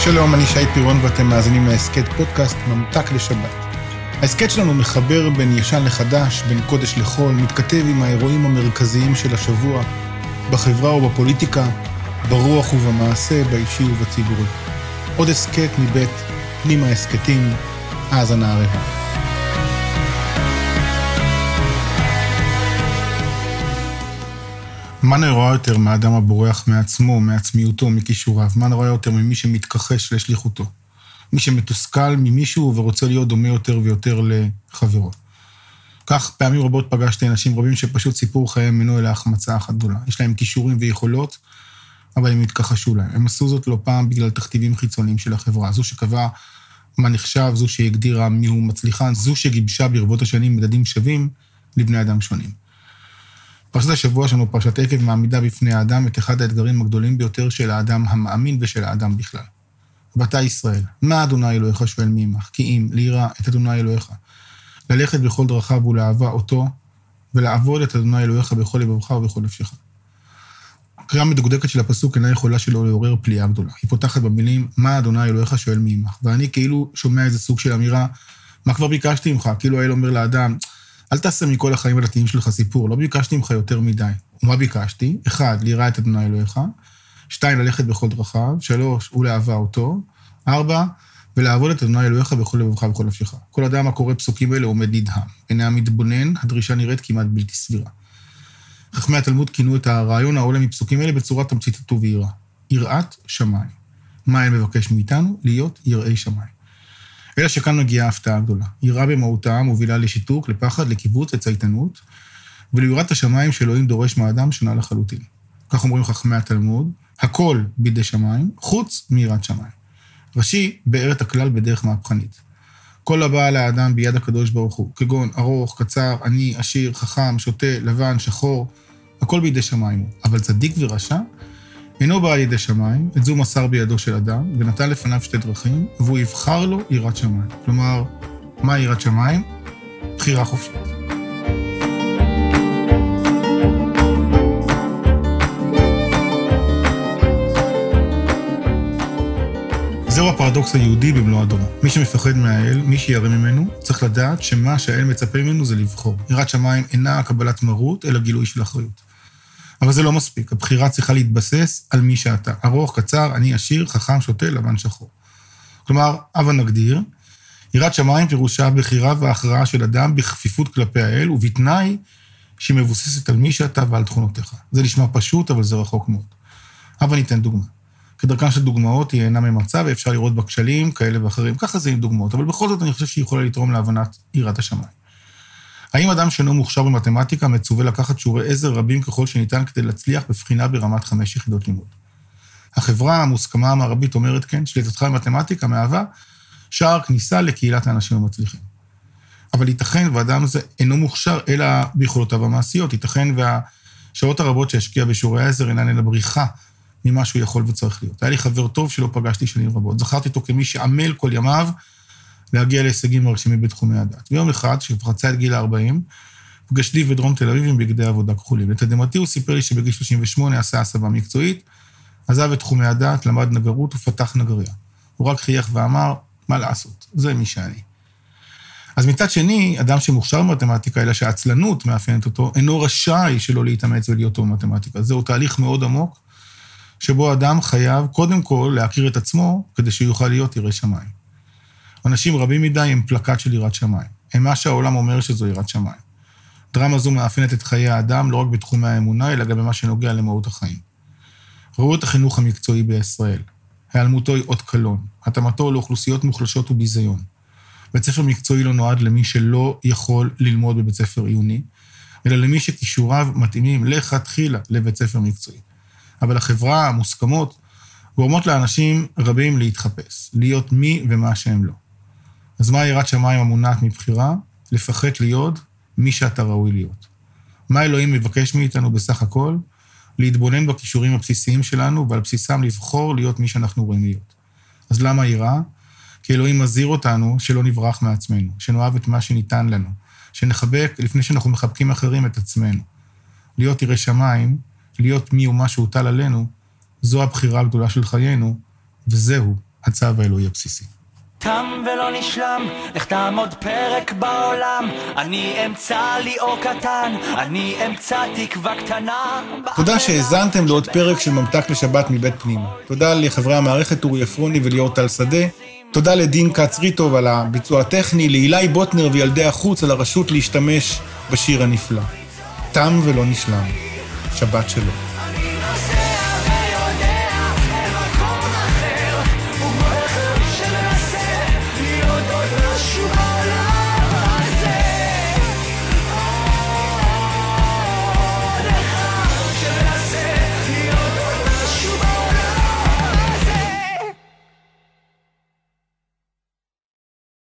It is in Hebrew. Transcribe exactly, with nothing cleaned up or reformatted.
שלום, אני שי פירון ואתם מאזינים להסקט פודקאסט ממתק לשבת. ההסקט שלנו מחבר בין ישן לחדש, בין קודש לחול, מתכתב עם האירועים המרכזיים של השבוע, בחברה ובפוליטיקה, ברוח ובמעשה, באישי ובציבורי. עוד הסקט מבית פנימה הסקטים, האזנה הרבה. מה נורא יותר מהאדם הבורח מעצמו, מעצמיותו, מכישוריו? מה נורא יותר ממי שמתכחש לשליחותו? מי שמתוסכל ממישהו ורוצה להיות דומה יותר ויותר לחברו. כך פעמים רבות פגשתי אנשים רבים שפשוט סיפור חייהם מנו אל ההחמצה אחת גדולה. יש להם כישורים ויכולות, אבל הם התכחשו להם. הם עשו זאת לא פעם בגלל תכתיבים חיצוניים של החברה. זו שקבעה מה נחשב, זו שהגדירה מיהו מצליחן, זו שגיבשה ברבות השנים מדדים שווים לבני אדם שונים. פרשת השבוע שלנו, פרשת עקב, מעמידה בפני האדם את אחד האתגרים הגדולים ביותר של האדם המאמין ושל האדם בכלל. ואתה ישראל, מה אדוני אלוהיך שואל מעמך? כי אם לירא את אדוני אלוהיך, ללכת בכל דרכיו ולאהבה אותו, ולעבוד את אדוני אלוהיך בכל לבבך ובכל נפשך. הקריאה המדוקדקת של הפסוק אינה יכולה שלא לעורר פליאה גדולה. היא פותחת במילים, מה אדוני אלוהיך שואל מעמך? ואני כאילו שומע איזה סוג של אמירה, מה כבר ביקשתי ממך? כאילו האל אומר לאדם, אל תעשה מכל החיים הדתיים שלך סיפור, לא ביקשתי ממך יותר מדי. ומה ביקשתי? אחד, לירא את אדוני אלוהיך. שתיים, ללכת בכל דרכיו. שלוש, ולאהבה אותו. ארבע, ולעבוד את אדוני אלוהיך בכל לבבך ובכל נפשך. כל אדם הקורא פסוקים האלה עומד נדהם. עיני המתבונן, הדרישה נראית כמעט בלתי סבירה. חכמי התלמוד כינו את הרעיון העולה מפסוקים האלה בצורה תמציתית ובהירה. יראת שמיים. מה האל מבקש מאיתנו? להיות יראי שמיים. אלא שכאן מגיעה ההפתעה הגדולה. יראה במהותה מובילה לשיתוק, לפחד, לקיבוץ, לצייתנות, וליראת השמיים שאלוהים דורש מהאדם שונה לחלוטין. כך אומרים חכמי התלמוד, הכל בידי שמיים, חוץ מיראת שמיים. רש"י באר את הכלל בדרך מהפכנית. כל הבא לאדם ביד הקדוש ברוך הוא, כגון ארוך, קצר, עני, עשיר, חכם, שוטה, לבן, שחור, הכל בידי שמיים הוא. אבל צדיק ורשע אינו בא על ידי שמיים, את זו מסר בידו של אדם, ונתן לפניו שתי דרכים, והוא יבחר לו יראת שמיים. כלומר, מה יראת שמיים? בחירה חופשית. זהו הפרדוקס היהודי במלוא הדורו. מי שמפחד מהאל, מי שירא ממנו, צריך לדעת שמה שהאל מצפה ממנו זה לבחור. יראת שמיים אינה קבלת מרות, אלא גילוי של אחריות. אבל זה לא מספיק, הבחירה צריכה להתבסס על מי שאתה. ארוך, קצר, עני, עשיר, חכם, שוטה, לבן, שחור. כלומר, הבה נגדיר, יראת שמיים פירושה בחירה והכרעה של אדם בכפיפות כלפי האל, ובתנאי שהיא מבוססת על מי שאתה ועל תכונותיך. זה נשמע פשוט, אבל זה רחוק מאוד. הבה ניתן דוגמה. כדרכן של דוגמאות היא אינה ממצה, ואפשר לראות בכשלים כאלה ואחרים. ככה זה עם דוגמאות, אבל בכל זאת אני חושב שהיא יכולה לתרום להבנת יראת השמיים. האם אדם שאינו מוכשר במתמטיקה מצווה לקחת שיעורי עזר רבים ככל שניתן כדי להצליח בבחינה ברמת חמש יחידות לימוד? החברה המוסכמה המערבית אומרת כן, שליטתך במתמטיקה מהווה שער כניסה לקהילת האנשים המצליחים. אבל ייתכן ואדם הזה אינו מוכשר אלא ביכולותיו המעשיות, ייתכן והשעות הרבות שהשקיע בשיעורי העזר אינן אלא בריחה ממה שהוא יכול וצריך להיות. היה לי חבר טוב שלא פגשתי שנים רבות, זכרתי אותו כמי שעמל כל ימיו להגיע להישגים מרשימים בתחומי הדת. ויום אחד, שחצה את גיל ה-ארבעים, פגשתי בדרום תל אביב עם בגדי עבודה כחולים. לתדהמתי הוא סיפר לי שבגיל שלושים ושמונה עשה הסבה מקצועית, עזב את תחומי הדת, למד נגרות ופתח נגריה. הוא רק חייך ואמר, מה לעשות? זה מי שאני. אז מצד שני, אדם שמוכשר במתמטיקה, אלא שהעצלנות מאפיינת אותו, אינו רשאי שלא להתאמץ ולהיות טוב במתמטיקה. זהו תהליך מאוד עמוק, שבו אדם חייב קודם כל להכיר את עצמו, כדי שהוא יוכל להיות ירא שמיים. אנשים רבים מדי הם פלקט של יראת שמיים. הם מה שהעולם אומר שזו יראת שמיים. דרמה זו מאפיינת את חיי האדם לא רק בתחומי האמונה, אלא גם במה שנוגע למהות החיים. ראו את החינוך המקצועי בישראל. העלמותו היא אות קלון. התאמתו לאוכלוסיות מוחלשות וביזיון. בית ספר מקצועי לא נועד למי שלא יכול ללמוד בבית ספר עיוני, אלא למי שכישוריו מתאימים לכתחילה לבית ספר מקצועי. אבל החברה, המוסכמות, גורמות לאנשים רבים להתחפש, להיות מי ומה שהם לא. אז מה יראת שמיים המונעת מבחירה? לפחד להיות מי שאתה ראוי להיות. מה אלוהים מבקש מאיתנו בסך הכל? להתבונן בכישורים הבסיסיים שלנו, ועל בסיסם לבחור להיות מי שאנחנו רואים להיות. אז למה יראה? כי אלוהים מזהיר אותנו שלא נברח מעצמנו, שנאהב את מה שניתן לנו, שנחבק לפני שאנחנו מחבקים אחרים את עצמנו. להיות יראי שמיים, להיות מי ומה שהוטל עלינו, זו הבחירה הגדולה של חיינו, וזהו הצו האלוהי הבסיסי. תם ולא נשלם, לך תעמוד פרק בעולם, אני אמצא לי אור קטן, אני אמצא תקווה קטנה. תודה שהזנתם לעוד פרק של ממתק לשבת מבית פנימה. תודה לחברי המערכת אורי אפרוני וליאור טל שדה. תודה לדין קץ ריטוב על הביצוע הטכני, לאילי בוטנר וילדי החוץ על הרשות להשתמש בשיר הנפלא. תם ולא נשלם. שבת שלום.